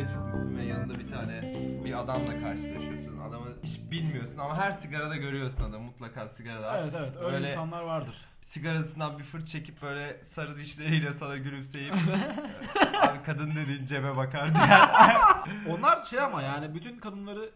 çıkmışsın ve yanında bir adamla karşılaşıyorsun. Adamı hiç bilmiyorsun ama her sigarada görüyorsun adamı, mutlaka sigarada. Evet öyle böyle insanlar vardır. Sigarasından bir fırt çekip böyle sarı dişleriyle sana gülümseyip abi kadın dediğin cebe bakar diye. Onlar şey ama yani bütün kadınları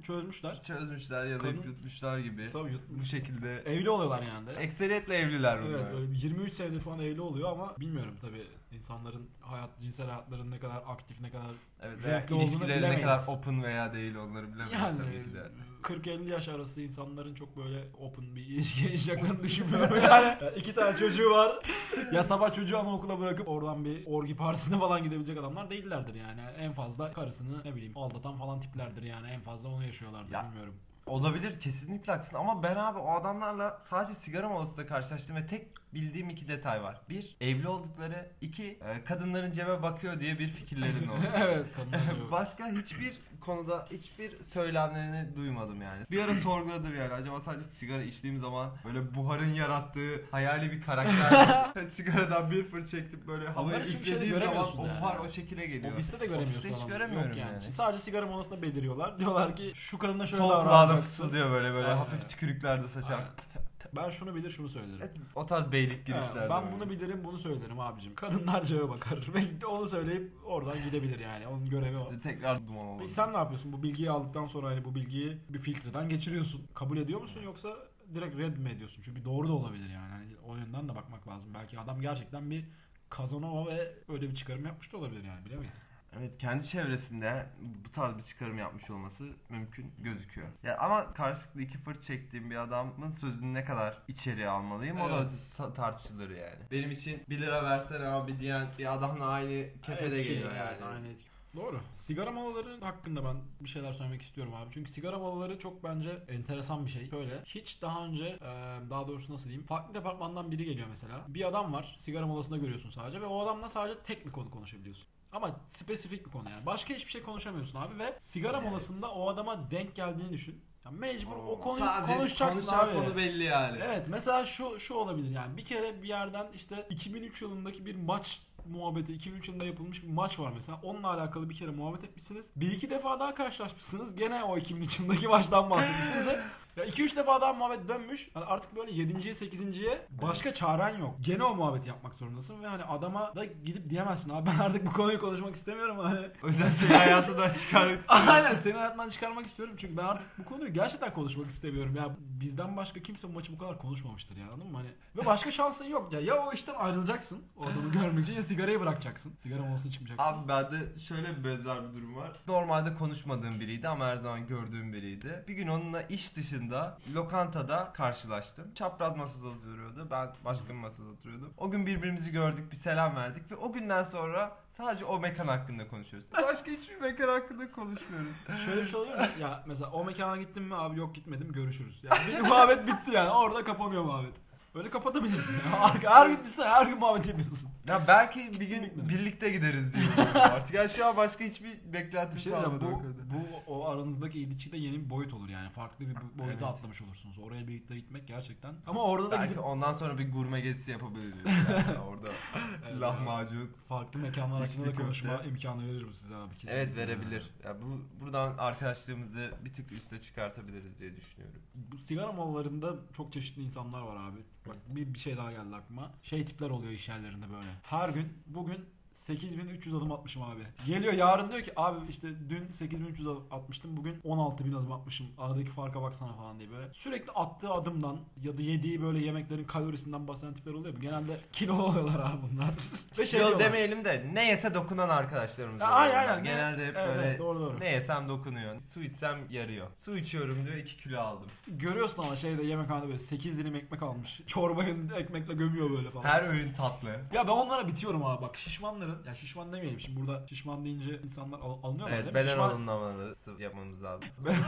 çözmüşler ya da yutmuşlar gibi. Tabii bu şekilde. Evli oluyorlar yani de. Ekseriyetle evliler bunlar. Evet, öyle 23 senedir falan evli oluyor ama bilmiyorum tabii insanların cinsel hayatlarının ne kadar aktif, ne kadar renkli ilişkileri ne kadar open veya değil onları bilemeyiz yani, tabii ki de. 40-50 yaş arası insanların çok böyle open bir ilişki yaşayacaklarını düşünmüyorum yani. 2 tane çocuğu var. Ya sabah çocuğu anaokula bırakıp oradan bir orgi partisine falan gidebilecek adamlar değillerdir yani. En fazla karısını ne bileyim aldatan falan tiplerdir yani. En fazla onu yaşıyorlardır, bilmiyorum. Olabilir, kesinlikle haklısın ama ben abi o adamlarla sadece sigara molasında karşılaştım ve tek bildiğim 2 detay var. 1. Evli oldukları. 2. Kadınların cebe bakıyor diye bir fikirlerin oldu. Evet, kadınların cebe. Başka hiçbir konuda hiçbir söylemlerini duymadım yani. Bir ara sorguladım yani, acaba sadece sigara içtiğim zaman böyle buharın yarattığı hayali bir karakter sigaradan bir fır çektim böyle havaya üflediğim zaman o buhar o şekilde geliyor. Ofiste de göremiyorsun. Ofiste hiç göremiyorum yani. Sadece sigara molasında beliriyorlar. Diyorlar ki şu kadına şöyle sol kulağına fısıldıyor böyle hafif tükürükler de saçan. Ben şunu bilir şunu söylerim. Evet, o tarz beylik girişler. Ben bunu bilirim bunu söylerim abicim. Kadınlar cebe bakar. Ve onu söyleyip oradan gidebilir yani. Onun görevi o. Tekrar duman olur. Peki sen ne yapıyorsun? Bu bilgiyi aldıktan sonra hani bu bilgiyi bir filtreden geçiriyorsun. Kabul ediyor musun yoksa direkt red mi ediyorsun? Çünkü doğru da olabilir yani. Hani o yönden de bakmak lazım. Belki adam gerçekten bir Kazanova ve öyle bir çıkarım yapmış da olabilir yani, bilemeyiz. Evet, kendi çevresinde bu tarz bir çıkarım yapmış olması mümkün gözüküyor. Ya ama karşılıklı 2 fırt çektiğim bir adamın sözünü ne kadar içeriye almalıyım, o da tartışılır yani. Benim için 1 lira versene abi diyen bir adamla aynı kefede geliyor yani. Aynı etki. Doğru. Sigara molaları hakkında ben bir şeyler söylemek istiyorum abi. Çünkü sigara molaları çok bence enteresan bir şey. Şöyle, hiç daha önce daha doğrusu nasıl diyeyim, farklı departmandan biri geliyor mesela. Bir adam var, sigara molasında görüyorsun sadece ve o adamla sadece tek bir konu konuşabiliyorsun. Ama spesifik bir konu yani. Başka hiçbir şey konuşamıyorsun abi ve sigara molasında o adama denk geldiğini düşün. Ya mecbur o konuyu konuşacaksın abi. Konu belli yani. Evet, mesela şu olabilir yani. Bir kere bir yerden işte 2003 yılındaki bir maç muhabbeti, 2003 yılında yapılmış bir maç var mesela. Onunla alakalı bir kere muhabbet etmişsiniz. 1-2 defa daha karşılaşmışsınız. Gene o 2003 yılındaki maçtan bahsetmişsiniz. Ya 2-3 defa daha muhabbet dönmüş. Yani artık böyle 7.'ye 8.'ye başka çaren yok. Gene o muhabbeti yapmak zorundasın ve hani adama da gidip diyemezsin abi ben artık bu konuyu konuşmak istemiyorum hani. O yüzden seni hayatından çıkarmak istiyorum. Aynen, seni hayatından çıkarmak istiyorum çünkü ben artık bu konuyu gerçekten konuşmak istemiyorum. Ya bizden başka kimse bu maçı bu kadar konuşmamıştır ya, anladın mı hani? Ve başka şansın yok ya o işten ayrılacaksın o adamı görmek için ya sigarayı bırakacaksın. Sigara molasına çıkmayacaksın. Abi bende şöyle bir benzer bir durum var. Normalde konuşmadığım biriydi ama her zaman gördüğüm biriydi. Bir gün onunla iş dışında lokantada karşılaştım. Çapraz masada oturuyordu. Ben başka bir masada oturuyordum. O gün birbirimizi gördük, bir selam verdik ve o günden sonra sadece o mekan hakkında konuşuyoruz. Başka hiçbir mekan hakkında konuşmuyoruz. Şöyle bir şey oluyor mu? Ya mesela o mekana gittin mi abi, yok gitmedim, görüşürüz. Yani bir muhabbet bitti yani. Orada kapanıyor muhabbet. Öyle kapatabilirsin ya. Her gün düşsene, her gün muhabbet yapıyorsun. Ya belki bir gün birlikte gideriz diye artık. Yani şu an başka hiçbir beklentim kalmadı. Bu o aranızdaki ilişkide yeni bir boyut olur yani. Farklı bir boyuta atlamış olursunuz. Oraya birlikte gitmek gerçekten. Ama orada da belki ondan sonra bir gurme gezisi yapabiliriz. Yani orada lahmacun. Farklı mekanlar hakkında da konuşma imkanı verir bu size abi kesinlikle. Evet, verebilir. Ya buradan arkadaşlığımızı bir tık üste çıkartabiliriz diye düşünüyorum. Bu sigara molalarında çok çeşitli insanlar var abi. Bak bir şey daha geldi aklıma. Tipler oluyor iş yerlerinde böyle. Her gün bugün 8.300 adım atmışım abi. Geliyor yarın diyor ki abi işte dün 8.300 adım atmıştım, bugün 16.000 adım atmışım. Aradaki farka baksana falan diye böyle. Sürekli attığı adımdan ya da yediği böyle yemeklerin kalorisinden bahseden tipler oluyor. Genelde kilo oluyorlar abi bunlar. Ve kilo demeyelim de ne yese dokunan arkadaşlarımız oluyor. Aynen. Genelde hep böyle doğru. Ne yesem dokunuyor. Su içsem yarıyor. Su içiyorum diyor 2 kilo aldım. Görüyorsun ama yemekhanede böyle 8 dilim ekmek almış. Çorbayı ekmekle gömüyor böyle falan. Her öğün tatlı. Ya ben onlara bitiyorum abi bak. Ya şişman demeyelim şimdi, burada şişman deyince insanlar alınıyor mu? Evet, beden alınmaması yapmamız lazım.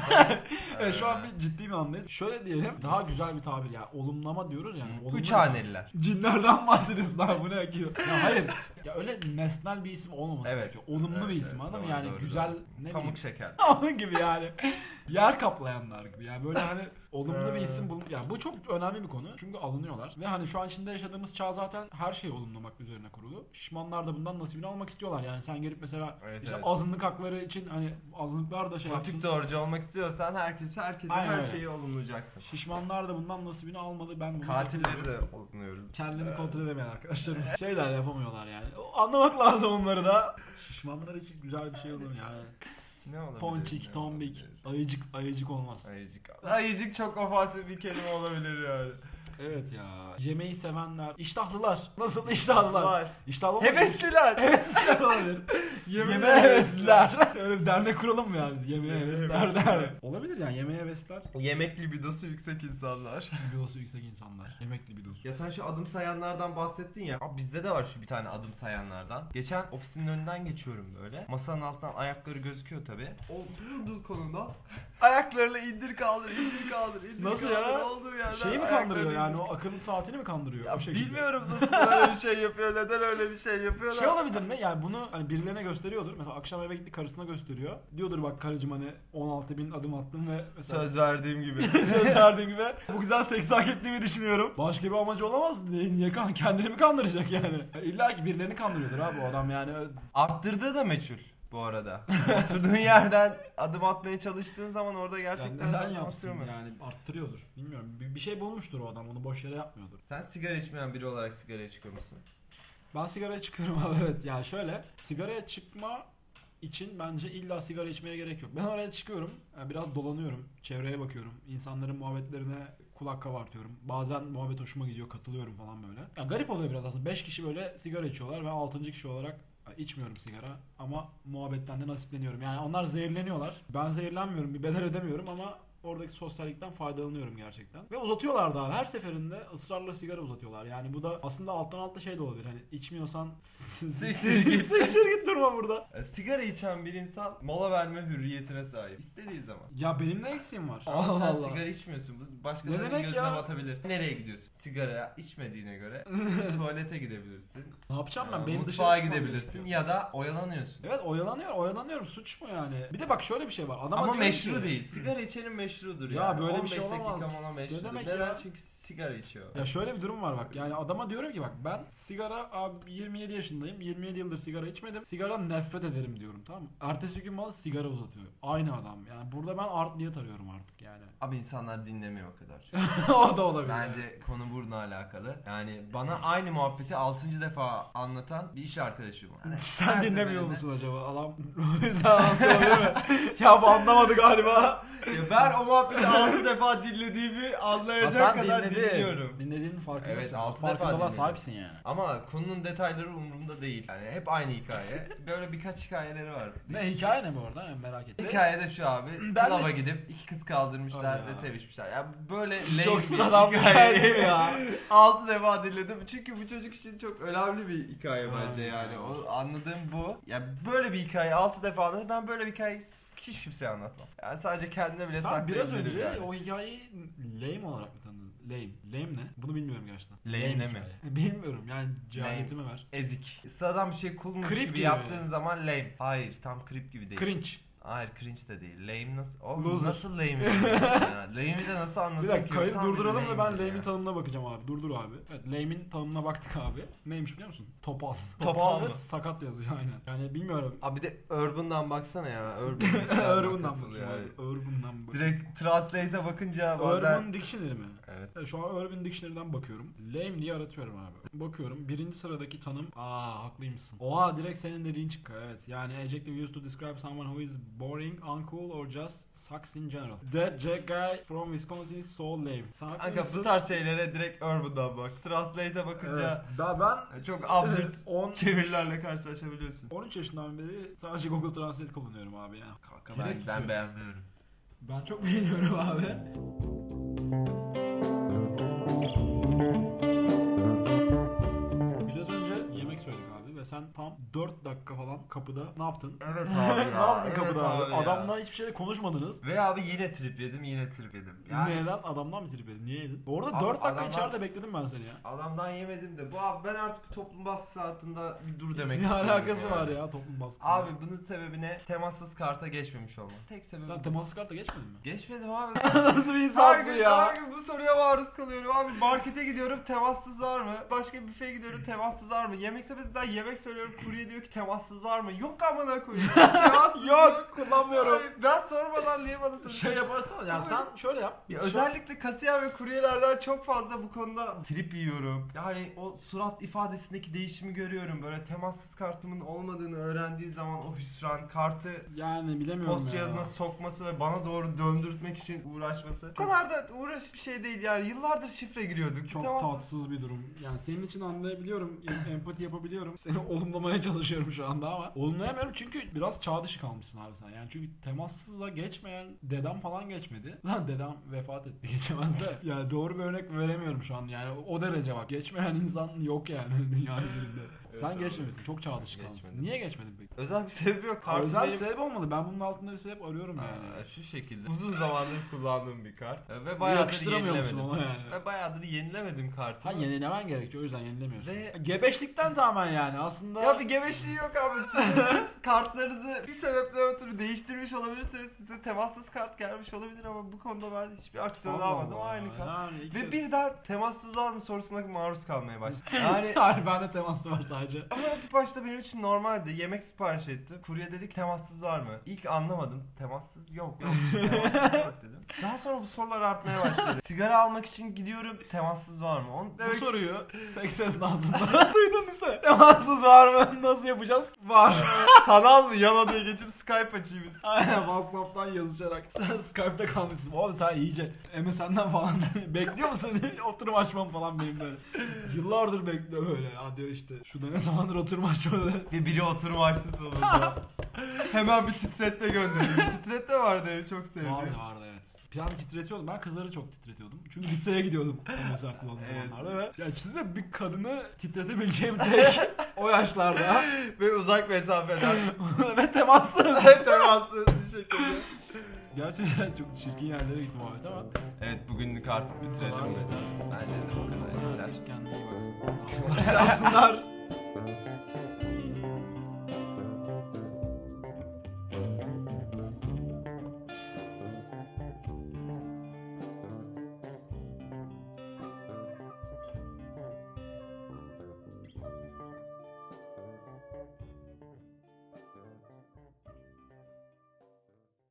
Evet, şu an bir ciddi bir andayız. Şöyle diyelim, daha güzel bir tabir ya. Olumlama diyoruz yani. Üç haneliler. Cinlerden bahsediyorsun abi, bu ne ki? Ya hayır. Ya öyle nesnel bir isim olmaması gerekiyor. Olumlu bir isim, anladın mı? Yani doğru, güzel doğru. ne Pamuk bileyim. şeker. Onun gibi yani. yer kaplayanlar gibi. Yani böyle hani olumlu bir isim bulun. Yani bu çok önemli bir konu. Çünkü alınıyorlar. Ve hani şu an içinde yaşadığımız çağ zaten her şeyi olumlamak üzerine kurulu. Şişmanlar da bundan nasibini almak istiyorlar. Yani sen gelip mesela işte azınlık hakları için hani azınlıklar da şey yapsın. Politik doğrucu olmak istiyorsan herkese her şeyi olumlayacaksın. Şişmanlar da bundan nasibini almalı. Ben bunu katilleri de olumluyoruz. Kendini kontrol edemeyen arkadaşlarımız şeyler yapamıyorlar yani. Anlamak lazım onları da. Şişmanlar için güzel bir şey olur yani. Ne olabilir? Ponçik, tombik, ayıcık olmaz. Ayıcık çok ofansif bir kelime olabilir yani. Evet ya. Yemeği sevenler, iştahlılar. Nasıl iştahlılar? İştahlı hevesliler. Hevesliler olabilir. Yemeğe hevesliler. Öyle bir dernek kuralım mı yani biz? Yemeğe hevesliler der. Olabilir yani yemeğe hevesliler. Yemek libidosu yüksek insanlar. Libidosu yüksek insanlar. Yemek libidosu. Ya sen şu adım sayanlardan bahsettin ya. Abi bizde de var şu bir tane adım sayanlardan. Geçen ofisinin önünden geçiyorum böyle. Masanın altından ayakları gözüküyor tabii. Olduğu konuda ayaklarıyla indir kaldır. Nasıl kaldır, ya? Olduğu yerden şeyi mi kandırıyor yani o akıllı saatini mi kandırıyor? Ya bilmiyorum nasıl öyle bir şey yapıyor, neden öyle bir şey yapıyorlar. Şey olabilir mi? Yani bunu hani birilerine gösteriyordur. Mesela akşam eve gitti karısına gösteriyor. Diyordur bak karıcığım hani 16.000 adım attım ve mesela söz verdiğim gibi. Bu güzel seks hak ettiğimi düşünüyorum. Başka bir amacı olamaz. Niye kendini mi kandıracak yani? İlla ki birilerini kandırıyordur abi o adam yani. Arttırdığı da meçhul. Bu arada. Oturduğun yerden adım atmaya çalıştığın zaman orada gerçekten neden yapsın yani arttırıyordur. Bilmiyorum. Bir şey bulmuştur o adam. Onu boş yere yapmıyordur. Sen sigara içmeyen biri olarak sigaraya çıkıyor musun? Ben sigaraya çıkıyorum abi evet. Yani şöyle sigaraya çıkma için bence illa sigara içmeye gerek yok. Ben oraya çıkıyorum. Yani biraz dolanıyorum. Çevreye bakıyorum. İnsanların muhabbetlerine kulak kabartıyorum. Bazen muhabbet hoşuma gidiyor. Katılıyorum falan böyle. Yani garip oluyor biraz aslında. 5 kişi böyle sigara içiyorlar ve 6. kişi olarak içmiyorum sigara ama muhabbetten de nasipleniyorum. Yani onlar zehirleniyorlar. Ben zehirlenmiyorum. Bir bedel ödemiyorum ama oradaki sosyallikten faydalanıyorum gerçekten. Ve uzatıyorlar daha. Her seferinde ısrarla sigara uzatıyorlar. Yani bu da aslında alttan altta şey de olabilir. Hani içmiyorsan siktir git durma burada. Sigara içen bir insan mola verme hürriyetine sahip. İstediği zaman. Ya benim ne eksiğim var? Allah Allah. Sigara içmiyorsun. Başkalarının gözüne batabilir. Nereye gidiyorsun? Sigara içmediğine göre tuvalete gidebilirsin. Ne yapacağım ben? Benim mutfağa gidebilirsin ya da oyalanıyorsun. Evet oyalanıyorum. Suç mu yani? Bir de bak şöyle bir şey var. Ama meşru değil. Sigara içenin meşrudur ya. Ya böyle bir şey olamaz. Ne demek neden? Ya? Çünkü sigara içiyor. Ya şöyle bir durum var bak. Yani adama diyorum ki bak ben sigara abi 27 yaşındayım. 27 yıldır sigara içmedim. Sigaradan nefret ederim diyorum tamam mı? Ertesi gün bana sigara uzatıyor. Aynı adam. Yani burada ben art niyet arıyorum artık yani. Abi insanlar dinlemiyor o kadar. O da olabilir. Bence yani. Konu bununla alakalı. Yani bana aynı muhabbeti 6. defa anlatan bir iş arkadaşım var. Yani sen dinlemiyor musun acaba? Adam sen anlatıyor mu? Ya bu anlamadı galiba. Ya ben o muhabbeti 6 defa dinlediğimi anlayacak kadar dinliyorum. Dinlediğinin farkındasın. Evet 6 farkındalığa sahipsin yani. Ama konunun detayları umurumda değil. Yani hep aynı hikaye. Böyle birkaç hikayeleri var. Ne hikaye ne bu arada? Yani merak ettim. Hikaye de şu abi. Klaba gidip 2 kız kaldırmışlar ve sevişmişler. Ya böyle çok sıradan bir hikaye değil mi ya? 6 defa dinledim. Çünkü bu çocuk için çok önemli bir hikaye bence yani. O anladığım bu. Ya böyle bir hikaye 6 defa anladım. Ben böyle bir hikaye hiç kimseye anlatmam. Yani sadece kendine bile saklayabilirim. Sen biraz önce yani. o hikayeyi lame olarak mı tanıdın? Lame ne? Bunu bilmiyorum gerçekten. Lame ne mi? Bilmiyorum yani cehaletimi ver. Ezik. Sıradan bir şey coolmuş Creep gibi yaptığın zaman lame. Hayır tam creep gibi değil. Cringe. Hayır cringe de değil. Lame nasıl? Oğlum Loser. nasıl lame? Lame'i de nasıl anlatayım? Bir dakika kaydı durduralım da ben lame'in lame'in tanımına bakacağım abi. Durdur abi. Evet lame'in tanımına baktık abi. Neymiş biliyor musun? Topal. Topal ve mı? sakat yazıyor aynen. Yani bilmiyorum. Abi de Urban'dan baksana ya. Urban'dan bakayım abi. Urban'dan bakayım. Direkt Translate'e bakınca bazen... Urban Dictionary mi? Evet. Şu an Urban Dictionary'den bakıyorum. Lame diye aratıyorum abi. Bakıyorum. Birinci sıradaki tanım. Haklıymışsın. Oha direkt senin dediğin çıkıyor. Evet. Yani adjective used to describe someone who is boring, uncool or just sucks in general. That Jack guy from Wisconsin is so lame. Kanka bu tarz şeylere direkt Urban'dan bak. Translate'e bakınca ben çok absürt çevirilerle karşılaşabiliyorsun. 13 yaşından beri sadece Google Translate kullanıyorum abi ya. Kanka ben beğenmiyorum. Ben çok beğeniyorum abi. Biraz önce yemek söyledik abi ve sen tam 4 dakika falan kapıda ne yaptın? Evet abi ya. Ne yaptın evet kapıda abi? ya. Adamla hiçbir şeyle konuşmadınız. Ve abi yine trip yedim. Yani Neden? Adamdan mı trip yedin? Niye yedin? Orada Abi 4 dakika adamdan- içeride bekledim ben seni ya. adamdan yemedim de bu abi ben artık bir toplum baskısı altında bir dur demek Ne istiyorum. alakası yani. var ya toplum baskısı? Abi bunun sebebi ne? Temassız karta geçmemiş olma. Tek sebebi Sen bu. temassız karta geçmedin mi? Geçmedim abi. Nasıl bir Her insansın gün, ya? her gün bu soruya maruz kalıyorum. Abi markete gidiyorum temassız var mı? Başka bir büfeye gidiyorum temassız var mı? Yemek sepetinden yemek söylüyorum. Kurye diyor ki temassız var mı? Yok amına koyayım. Temassız Yok kullanmıyorum. Abi, ben sormadan niye bana soruyorsun? Şey yaparsan yani sen şöyle yap. Ya özellikle kasiyer ve kuryelerden çok fazla bu konuda trip yiyorum. Yani o surat ifadesindeki değişimi görüyorum. Böyle temassız kartımın olmadığını öğrendiği zaman o hüsran kartı Yani bilemiyorum post ya. cihazına sokması ve bana doğru döndürtmek için uğraşması. Bu kadar da uğraş bir şey değil yani. Yıllardır şifre giriyorduk. Çok Temassız- tatsız bir durum. Yani senin için anlayabiliyorum, empati yapabiliyorum. Seni olumlamaya çalışıyorum şu anda ama olumlayamıyorum çünkü biraz çağ dışı kalmışsın abi sen. Yani çünkü temassızla geçmeyen dedem falan geçmedi. Lan dedem vefat etti geçemez de. Yani doğru bir örnek veremiyorum şu an. Yani o derece bak. Geçmeyen insan yok yani dünya üzerinde. Sen Evet, geçmemişsin. Çok çağ dışı kalmışsın. Geçmedim. Niye geçmedin peki? Özel bir sebebi yok. Kartı Özel bir benim- sebep olmadı. Ben bunun altında bir sebep arıyorum yani. Şu şekilde. Uzun zamandır kullandığım bir kart. Ve bayağıdır Yakıştıramıyor musun yenilemedim. ona yani? Ve bayağıdır yenilemedim Ha kartımı. yenilemen gerekiyor o yüzden yenilemiyorsun. Ve- Gebeşlikten tamamen yani aslında. Ya bir gebeşliği yok abi. Siz kartlarınızı bir sebeple ötürü değiştirmiş olabilirsiniz. Size temassız kart gelmiş olabilir ama bu konuda ben hiçbir aksiyon Allah almadım. Allah. Aynı kart. Yani ilk Ve kez- birden temassız var mı sorusuna maruz kalmaya başladım. Yani Yani bende teması var sadece. ama ilk başta benim için normaldi. Yemek sipariş ettim. Kurye dedi ki temassız var mı? İlk anlamadım. Temassız yok. Temassız yok dedim. Daha sonra bu sorular artmaya başladı. Sigara almak için gidiyorum. Temassız var mı? Onu Bu soruyu seks esnasında duydun mu sen? Temassız var mı? Nasıl yapacağız? Var. sanal mı? Yan odaya geçip Skype açayım. Aynen WhatsApp'tan yazışarak. Sen Skype'da kalmışsın. Oğlum sen iyice MSN'den falan bekliyor musun? Oturum açmam falan benim böyle. Yıllardır bekliyor böyle. Ha diyor işte şurada ne zamandır oturum açmadı. Ve biri oturum açtı sonunda. Hemen bir titretme gönderdim. Titretme vardı evi çok sevdim. Vardı evet. Bir an titretiyordum. Ben kızları çok titretiyordum. Çünkü liseye gidiyordum. Mesela kullandığım Evet. zamanlarda ve ya size bir kadını titretebileceğim tek o yaşlarda Ve uzak mesafeden. ve temassız. Temassız bir şekilde. Gerçekten çok çirkin yerlere gittim Ahmet ama. Evet bugünlük artık bitirelim. Yeter. Bence de bu kadar yeter. Herkes kendine iyi baksın. Alsınlar.